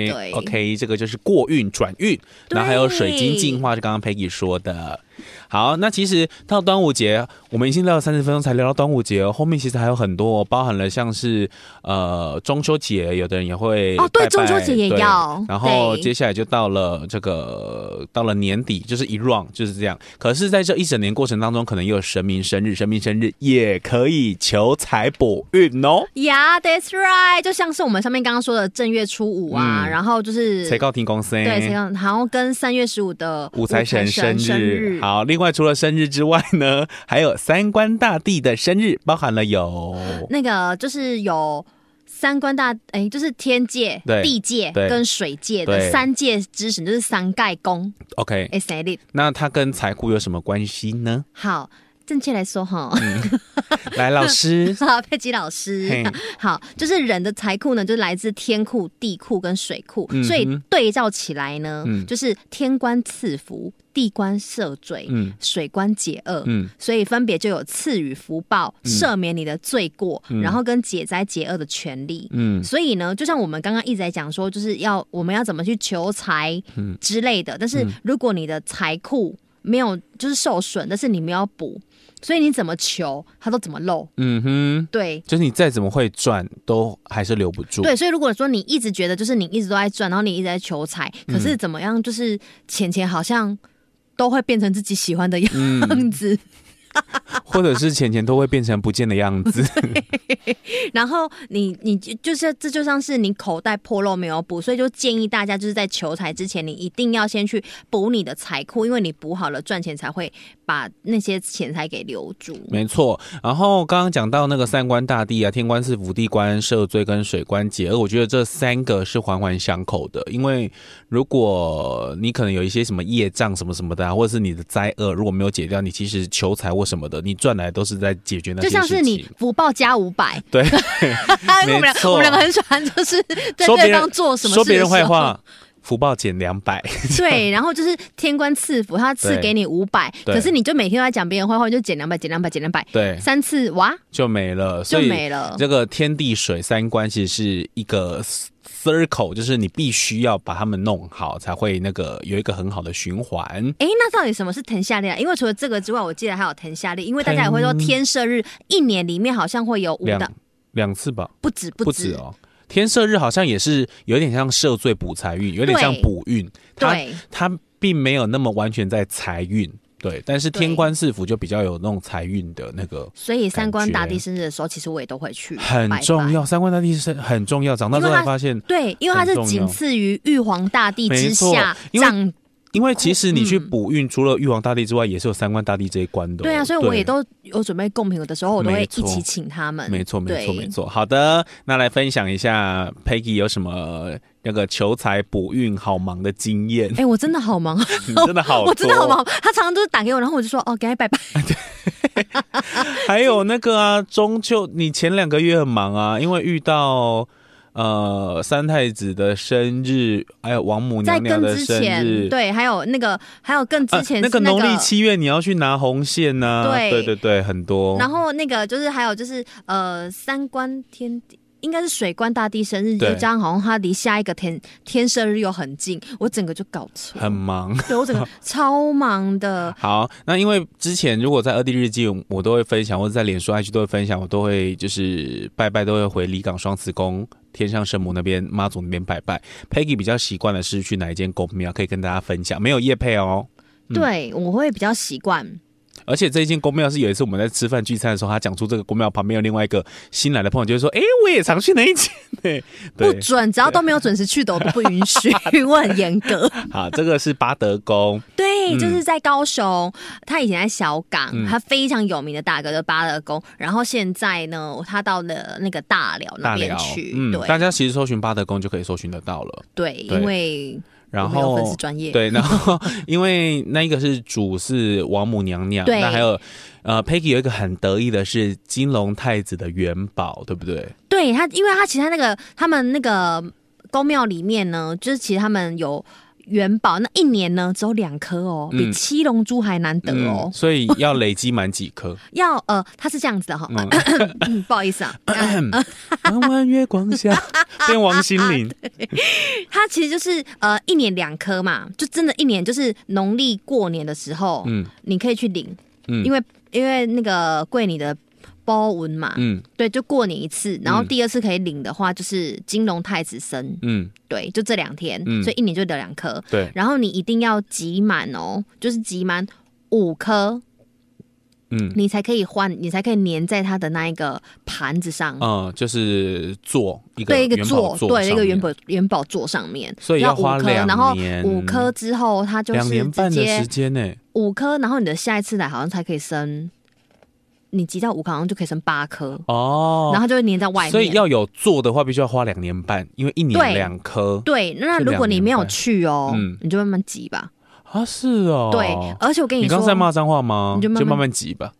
OK， 这个就是过运转运，然后还有水晶净化，就刚刚 Peggy 说的。好，那其实到端午节，我们已经聊了30分钟才聊到端午节后面其实还有很多，包含了像是中秋节，有的人也会拜拜对，中秋节也要。 然后接下来就到了年底，就是一 round 就是这样。可是在这一整年过程当中，可能也有神明生日也可以求财补运哦。 Yeah, that's right。就像是我们上面刚刚说的正月初5啊，然后就是财告天公生， 对，然后跟3月15的五财神生日。好，另外除了生日之外呢，还有3官大帝的生日，包含了有那个就是有3官大就是天界、地界跟水界的3界之神，就是3盖公。 OK， 那它跟财库有什么关系呢？ 好。 正确来说哈， 来老师， 好，佩吉老师，好，就是人的财库呢，就是来自天库、地库跟水库，所以对照起来呢，就是天官赐福。地官赦罪，水官解厄，所以分别就有赐予福报、赦免你的罪过，然后跟解灾解厄的权利。所以呢，就像我们刚刚一直在讲说，就是我们要怎么去求财之类的。但是如果你的财库没有就是受损，但是你没有补，所以你怎么求它都怎么漏。对， 就是你再怎么会赚，都还是留不住。 对，所以如果说你一直觉得就是你一直都在赚，然后你一直在求财，可是怎么样，就是钱好像都会变成自己喜欢的样子， 或者是钱都会变成不见的样子。 然后你就是这就像是你口袋破漏没有补，所以就建议大家就是在求财之前，你一定要先去补你的财库，因为你补好了，赚钱才会把那些钱财给留住。 没错。然后刚刚讲到那个三官大帝啊，天官赐福、地官赦罪跟水官解厄，我觉得这三个是环环相扣的。因为如果你可能有一些什么业障什么什么的啊，或者是你的灾厄如果没有解掉，你其实求财或什么的，你赚来都是在解决那些事情。 就像是你福报加500， 对， 我们两个很喜欢就是对对方做什么事说别人坏话。福报减200， 对，然后就是天官赐福，他赐给你500，可是你就每天都在讲别人坏话，你就减200，减200，减200，对，3次哇就没了，就没了。这个天地水三官其实是一个 circle， 就是你必须要把它们弄好，才会那个有一个很好的循环。 那到底什么是天下历啊？因为除了这个之外，我记得还有天下历，因为大家也会说天赦日一年里面好像会有两次吧，不止哦。天赦日好像也是有点像赦罪补财运，有点像补运，它并没有那么完全在财运，对。但是天官赐福就比较有那种财运的那个， 所以三官大帝生日的时候，其实我也都会去， 很重要。三官大帝很重要，长大之后才发现， 对，因为它是仅次于玉皇大帝之下长。 因为其实你去补运，除了玉皇大帝之外，也是有三官大帝这一关的。 对啊，所以我也都有准备贡品的时候，我都会一起请他们。 没错。好的，那来分享一下 Peggy 有什么那个求财补运好忙的经验。 我真的好忙， 你真的好多， 我真的好忙。他常常都是打给我，然后我就说给他拜拜。 还有那个啊，中秋你前2个月很忙啊，因为遇到。三太子的生日，还有王母娘娘的生日， 对，还有更之前那个农历7月你要去拿红线啊，对，很多。 然后那个就是还有就是三官天地。应该是水官大帝生日，就这样，好像他离下一个天赦日又很近，我整个就搞错， 很忙， 对我整个超忙的。 好，那因为之前如果在2弟日记，我都会分享，或者在脸书 IG 都会分享，我都会就是拜拜，都会回离港双慈宫天上圣母那边、妈祖那边拜拜。Peggy 比较习惯的是去哪一间宫庙，可以跟大家分享，没有业配哦。 对，我会比较习惯。 而且这一间宫庙是有一次我们在吃饭聚餐的时候，他讲出这个宫庙旁边有另外一个新来的朋友，就会说：“我也常去那一间。” 不准，只要都没有准时去的，我都不允许，我很严格。 好，这个是八德宫， 对，就是在高雄，他以前在小港，他非常有名的大哥的八德宫，然后现在呢，他到了那个大寮那边去，对， 大家其实搜寻八德宫就可以搜寻得到了， 对，因为。 然后粉丝专业对，然后因为那一个是主是王母娘娘，那还有Peggy 有一个很得意的是金龙太子的元宝，对不对？ 对，因为他其实他们那个宫庙里面呢，就是其实他们有元宝，那一年呢只有2颗哦，比7龙珠还难得哦， 所以要累积满几颗？ 要它是这样子的哈，不好意思啊， 弯弯月光下变王心凌， 它其实就是一年2颗嘛，就真的一年就是农历过年的时候，你可以去领，因为那个贵你的。包文嘛，对，就过年一次，然后第2次可以领的话，就是金龙太子生，对，就这2天，所以一年就得2颗， 对， 然后你一定要集满哦，就是集满5颗，你才可以换，你才可以粘在它的那一个盘子上， 就是做一个对一个座，对一个元宝座上面， 所以要花2年， 然后5颗之后，它就是 2年半的时间呢 ，5颗，然后你的下一次来好像才可以生。你集到5颗，好像就可以生8颗哦，然后就会粘在外面。 所以要有做的话，必须要花2年半，因为一年2颗。 对，那如果你没有去哦，你就慢慢集吧。 啊，是哦。 对，而且我跟你说， 你刚才骂脏话吗？你就慢慢集吧。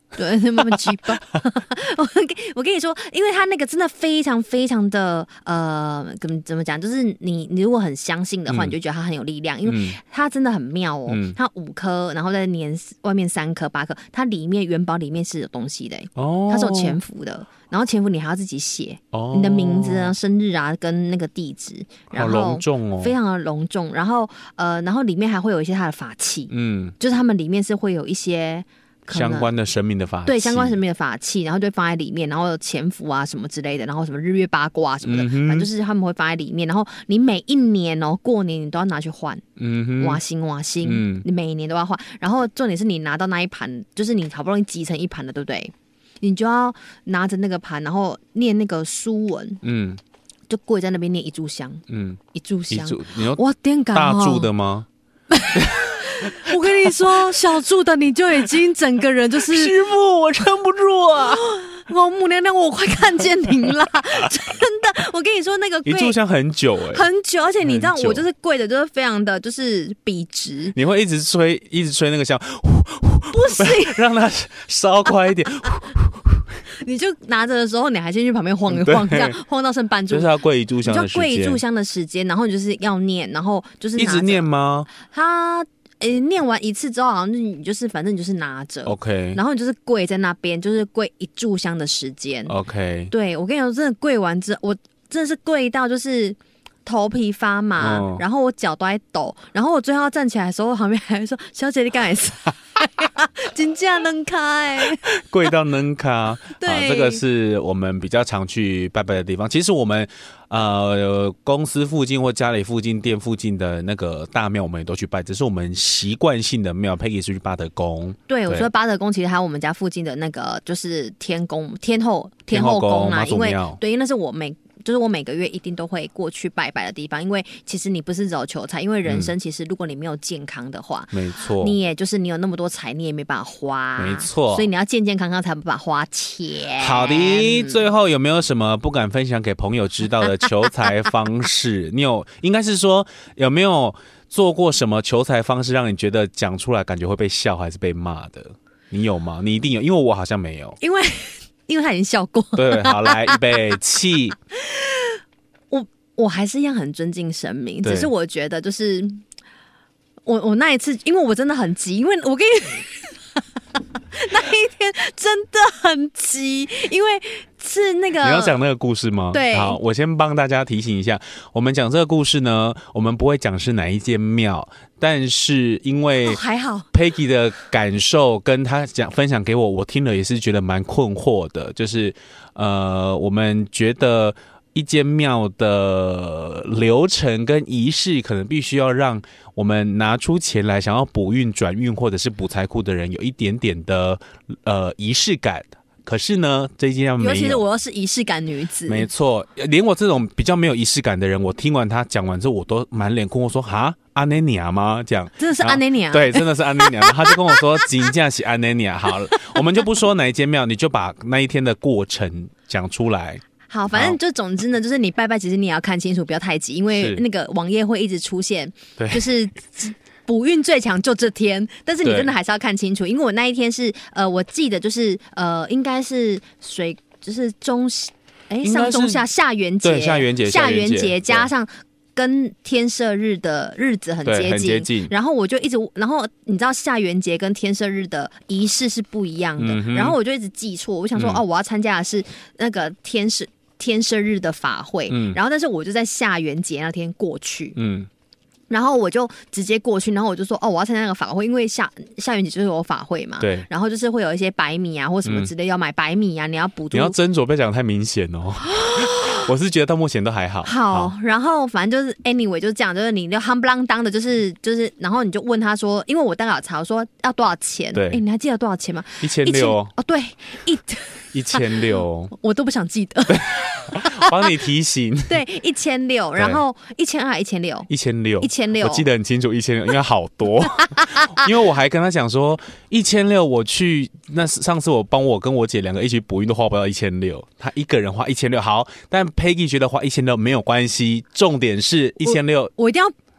对，那么鸡巴。我跟你说，因为他那个真的非常非常的怎么讲？就是你如果很相信的话，你就觉得它很有力量，因为它真的很妙哦。它5颗，然后再粘外面3颗、8颗，它里面元宝里面是有东西的哦，它是有潜伏的。然后潜伏你还要自己写你的名字啊、生日啊跟那个地址，然后好隆重哦， 非常的隆重。然后里面还会有一些它的法器，就是他们里面是会有一些相关的神明的法器， 对，相关神明的法器，然后就放在里面，然后有潜伏啊什么之类的，然后什么日月八卦什么的，反正就是他们会放在里面。然后你每一年过年你都要拿去换，瓦星，你每一年都要换。然后重点是你拿到那一盘，就是你好不容易集成一盘了，对不对？你就要拿着那个盘，然后念那个书文，就跪在那边念一炷香，一炷香，哇，点感大柱的吗？ 我跟你说，小柱的你就已经整个人就是师父，我撑不住啊！ 王母娘娘，我快看见您了，真的！我跟你说，那个一炷香很久很久，而且你知道，我就是跪的，就是非常的就是笔直。 你会一直吹那个香， 不行， 让它烧快一点。 你就拿着的时候，你还先去旁边晃一晃，这样晃到剩半炷， 就是要跪一炷香的时间， 你就跪一炷香的时间，然后你就是要念，然后就是一直念吗？ 他念完一次之后，好像你就是反正你就是拿着 ，OK， 然后你就是跪在那边，就是跪一炷香的时间 ，OK。 对，我跟你说，真的跪完之后，我真的是跪到就是头皮发麻，然后我脚都在抖，然后我最后要站起来的时候，旁边还会说：“小姐，你干啥？”真假能开， 跪到能卡。 对， 这个是我们比较常去拜拜的地方。其实我们公司附近或家里附近、店附近的那个大庙，我们也都去拜，只是我们习惯性的庙。Peggy 是去八德宫。 对，我说八德宫其实还有我们家附近的那个就是天后宫啊，因为那是我每个月一定都会过去拜拜的地方，因为其实你不是只有求财，因为人生其实如果你没有健康的话， 没错， 你也就是你有那么多财，你也没办法花， 没错， 所以你要健健康康才没办法花钱。 好的，最后有没有什么不敢分享给朋友知道的求财方式？应该是说有没有做过什么求财方式，让你觉得讲出来感觉会被笑还是被骂的？你有吗？你一定有，因为我好像没有， 因为他已经笑过。 对，好，来，预备起。 我还是一样很尊敬神明，只是我觉得就是我那一次，因为我真的很急，因为我跟你那一天真的很急，因为是那个你要讲那个故事吗？ 对， 好，我先帮大家提醒一下，我们讲这个故事呢，我们不会讲是哪一间庙，但是因为还好 Peggy 的感受跟他分享给我，我听了也是觉得蛮困惑的，就是我们觉得一间庙的流程跟仪式，可能必须要让我们拿出钱来想要补运、转运或者是补财库的人有一点点的仪式感。可是呢，这一间庙没有， 尤其是我又是仪式感女子， 没错，连我这种比较没有仪式感的人，我听完他讲完之后，我都满脸困惑说：“哈，阿内尼亚吗？”这样真的是阿内尼亚， 对，真的是阿内尼亚。他就跟我说：“真的是阿内尼亚。”好了，我们就不说哪一间庙，你就把那一天的过程讲出来。 好，反正就总之呢，就是你拜拜，其实你也要看清楚，不要太急，因为那个网页会一直出现，就是补运最强就这天，但是你真的还是要看清楚，因为我那一天是我记得就是应该是就是上中下下元节， 对，下元节加上跟天赦日的日子很接近，然后我就一直，然后你知道下元节跟天赦日的仪式是不一样的，然后我就一直记错，我想说我要参加的是那个天赦日的法会，然后但是我就在下元节那天过去，然后我就直接过去，然后我就说我要参加那个法会，因为下元节就是有法会嘛， 对， 然后就是会有一些白米啊或什么之类，要买白米啊，你要补助， 你要斟酌，不要讲太明显哦。我是觉得到目前都还好。 好，然后反正就是 anyway 就是这样，就是你就夯不啷当的，就是，然后你就问他说，因为我当时有查，我说要多少钱？ 对， 你还记得多少钱吗 ？1600 哦，对 ，1600， 我都不想记得。 帮你提醒。 对，1600，然后1200还1600， 我记得很清楚，1600应该好多，因为我还跟他讲说，1600我去，那上次我帮我跟我姐2个一起补运都花不到1600，他一个人花1600，好，但 Peggy 觉得花1600没有关系，重点是1600， 我一定要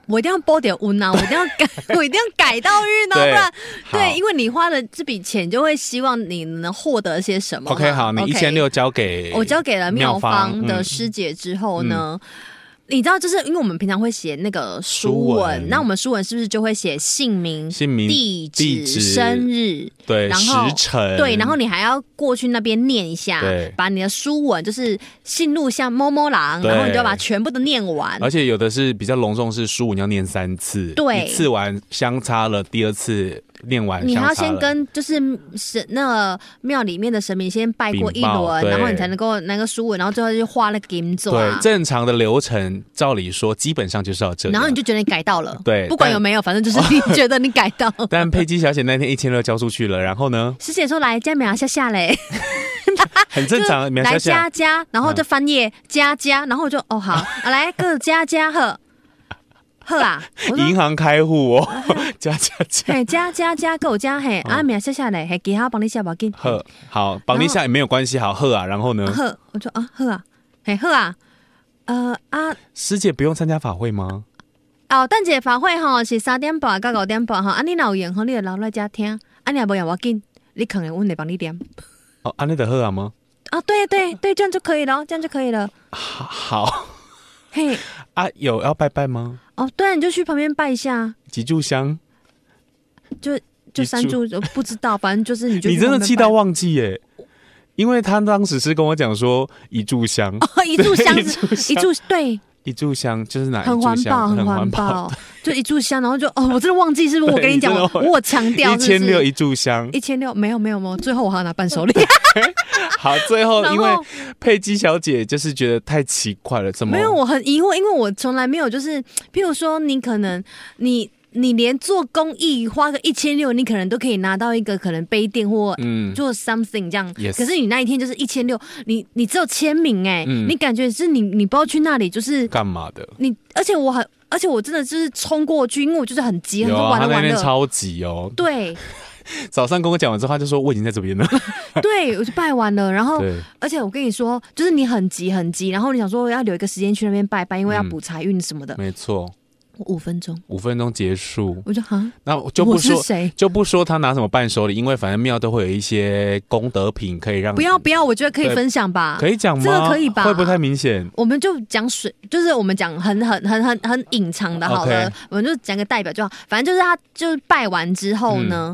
我一定要包点运啊，我一定要改，我一定要改到运啊，不然对，因为你花了这笔钱，就会希望你能获得些什么。 OK， 好，你1600交给我交给了妙方的师姐之后呢？你知道，就是因为我们平常会写那个书文，那我们书文是不是就会写姓名、地址、生日， 对， 然后时辰， 对，然后你还要过去那边念一下，把你的书文就是姓录像某某郎，然后你就要把全部都念完。 而且有的是比较隆重，是书文要念3次， 对， 一次完相差了，第二次念完你还要先跟就是那个庙里面的神明先拜过一轮，然后你才能够那个书文，然后最后就画了金座。 对，正常的流程照理说基本上就是要这样， 然后你就觉得你改到了， 对， 不管有没有，反正就是你觉得你改到了。 但佩姬小姐那天1600交出去了，然后呢？ 师姐说来加秒下嘞。 很正常， 来加，然后就翻页加，然后我就好，来各加呵啊！ 银行开户哦，加， 嘿加够加嘿，秒下来，嘿，给他帮你下把劲。 呵，好，帮你下也没有关系，好呵啊，然后呢？ 呵，我说呵啊，嘿呵啊， 师姐不用参加法会吗？ 哦，等一个法会吼是3点半到5点半吼，你若有闲吼，你就留来家听，你若无闲我紧，你可能我得帮你念。 哦，你的好啊吗？ 对，这样就可以了， 好， 嘿有要拜拜吗？ 哦，对，你就去旁边拜一下， 几炷香， 就3炷，不知道，反正就是你就你真的气到忘记耶。因为他当时是跟我讲说1炷香， 一炷香，对。 一炷香就是哪一很炷香？ 很环保，就一炷香，然后就我真的忘记是不是我跟你讲，我有强调 1600一炷香 ，1600没有，最后我还要拿伴手礼。 好，最后因为佩姬小姐就是觉得太奇怪了，怎么没有？我很疑惑，因为我从来没有就是，譬如说你可能你连做公益花个1600，你可能都可以拿到一个可能杯垫或做 something 这样。可是你那一天就是1600，你只有签名你感觉是你不知道去那里就是干嘛的？ 而且我真的就是冲过去，因为我就是很急，很晚了。 他那边超急哦。 对。 早上跟我讲完之后，他就说我已经在这边了。 对，我就拜完了，然后而且我跟你说，就是你很急，然后你想说要留一个时间去那边拜，因为要补财运什么的。 没错。 5分钟 ，5分钟结束， 我就那就不说他拿什么伴手礼，因为反正庙都会有一些功德品可以让不要，我觉得可以分享吧， 可以讲吗？ 这个可以吧？ 会不会太明显？ 我们就讲水，就是我们讲很隐藏的，好了，我们就讲个代表就好。反正就是他就是拜完之后呢，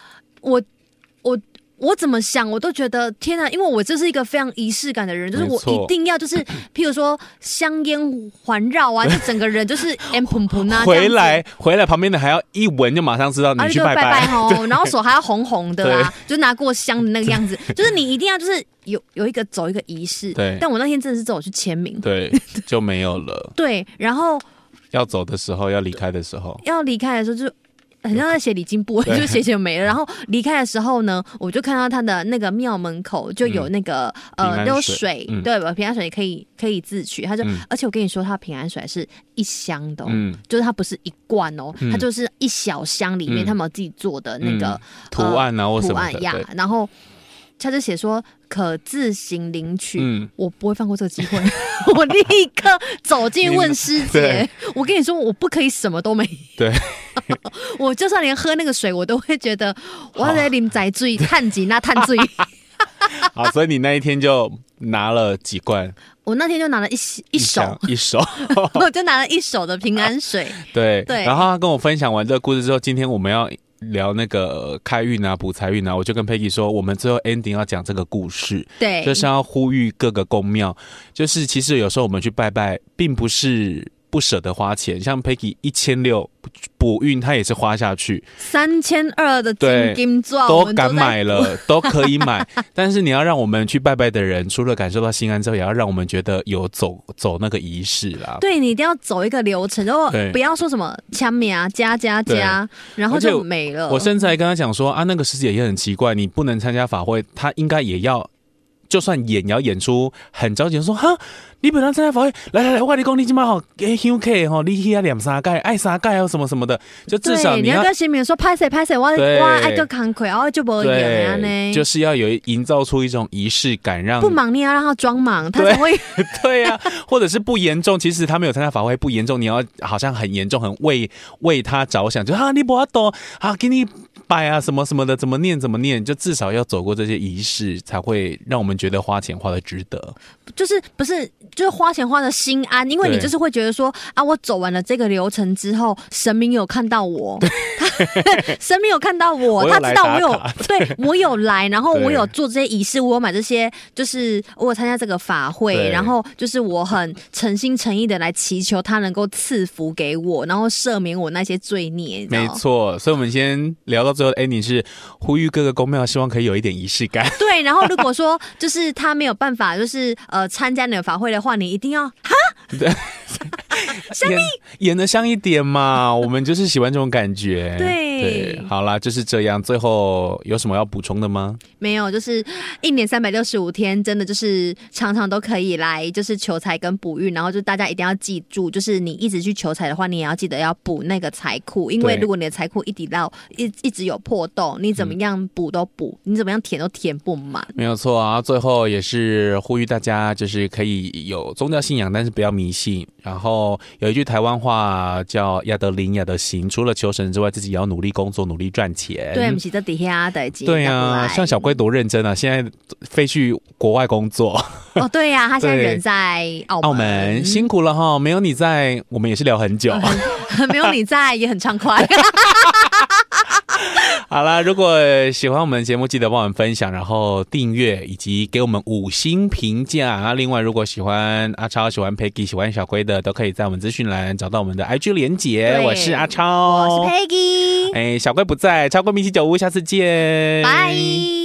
我怎么想，我都觉得天啊！因为我这是一个非常仪式感的人，就是我一定要就是，譬如说香烟环绕啊，就整个人就是砰砰啊。 回来旁边的还要一闻就马上知道你去拜拜吼，然后手还要红红的啊，就拿过香的那个样子，就是你一定要就是有一个走一个仪式。 对， 但我那天真的是走去签名， 对，就没有了。 对，然后要走的时候，要离开的时候就。很像在写礼金簿，就写就没了。然后离开的时候呢，我就看到他的那个庙门口就有那个有水，对吧？平安水可以自取。他就，而且我跟你说，他平安水是1箱的，就是它不是1罐哦，它就是1小箱里面他们自己做的那个图案啊或什么的呀。然后他就写说可自行领取，我不会放过这个机会，我立刻走进问师姐。我跟你说，我不可以什么都没。 对。 我就算连喝那个水，我都会觉得我在啉仔水，探井那探水。 好，所以你那一天就拿了几罐？ 我那天就拿了一手，我就拿了1手的平安水。 对。然后他跟我分享完这个故事之后，今天我们要聊那个开运啊、补财运啊，我就跟佩姬说，我们最后 ending 要讲这个故事， 对， 就是要呼吁各个宫庙，就是其实有时候我们去拜拜，并不是不舍得花钱，像 Peggy 1600补运，他也是花下去 3200的金钻都敢买了，都可以买。但是你要让我们去拜拜的人，除了感受到心安之后，也要让我们觉得有走那个仪式啦。 对，你一定要走一个流程，然后不要说什么签名啊、加，然后就没了。 我甚至还跟他讲说啊，那个师姐也很奇怪，你不能参加法会，他应该也要。就算演也要演出很着急，说哈， 你不能参加法会，来，我跟你讲，你今晚好休克吼，你去2、3盖，爱3盖哦什么什么的，就至少你要跟新民说拍谁，我爱个慷慨，然后就不演呢， 就是要有营造出一种仪式感，让不忙你要让他装忙，他才会对啊，或者是不严重，其实他没有参加法会不严重，你要好像很严重，很为他着想，就你不要懂给你拜啊什么什么的，怎么念，就至少要走过这些仪式，才会让我们觉得花钱花的值得。 就是不是就是花钱花的心安，因为你就是会觉得说我走完了这个流程之后，神明有看到我，神明有看到我，他知道我有来，然后我有做这些仪式，我有买这些，就是我有参加这个法会，然后就是我很诚心诚意的来祈求他能够赐福给我，然后赦免我那些罪孽。 没错，所以我们先聊到最后 ending 是呼吁各个公庙，希望可以有一点仪式感。 对，然后如果说就是他没有办法，就是参加你的法会的话，你一定要对，演得像一点嘛，我们就是喜欢这种感觉。对，好啦，就是这样。最后有什么要补充的吗？ 没有，就是1年365天，真的就是常常都可以来，就是求财跟补运。然后就大家一定要记住，就是你一直去求财的话，你也要记得要补那个财库，因为如果你的财库一直有破洞，你怎么样补都补，你怎么样填都填不满。 没有错啊。最后也是呼吁大家，就是可以有宗教信仰，但是不要迷信。然后有一句台湾话叫“亚得灵，亚得行”，除了求神之外，自己也要努力工作，努力赚钱。 对，不是在底下的。 对啊，像小龟多认真啊，现在飞去国外工作。 哦，对啊，他现在人在澳门， 辛苦了哈。没有你在，我们也是聊很久。 没有你在，也很畅快。 好啦，如果喜欢我们的节目，记得帮我们分享，然后订阅以及给我们5星评价。另外，如果喜欢阿超、喜欢 Peggy、喜欢小龟的，都可以在我们资讯栏找到我们的 IG 连结。我是阿超， 我是 Peggy。 小龟不在，超龟秘笈酒屋，下次见， 拜。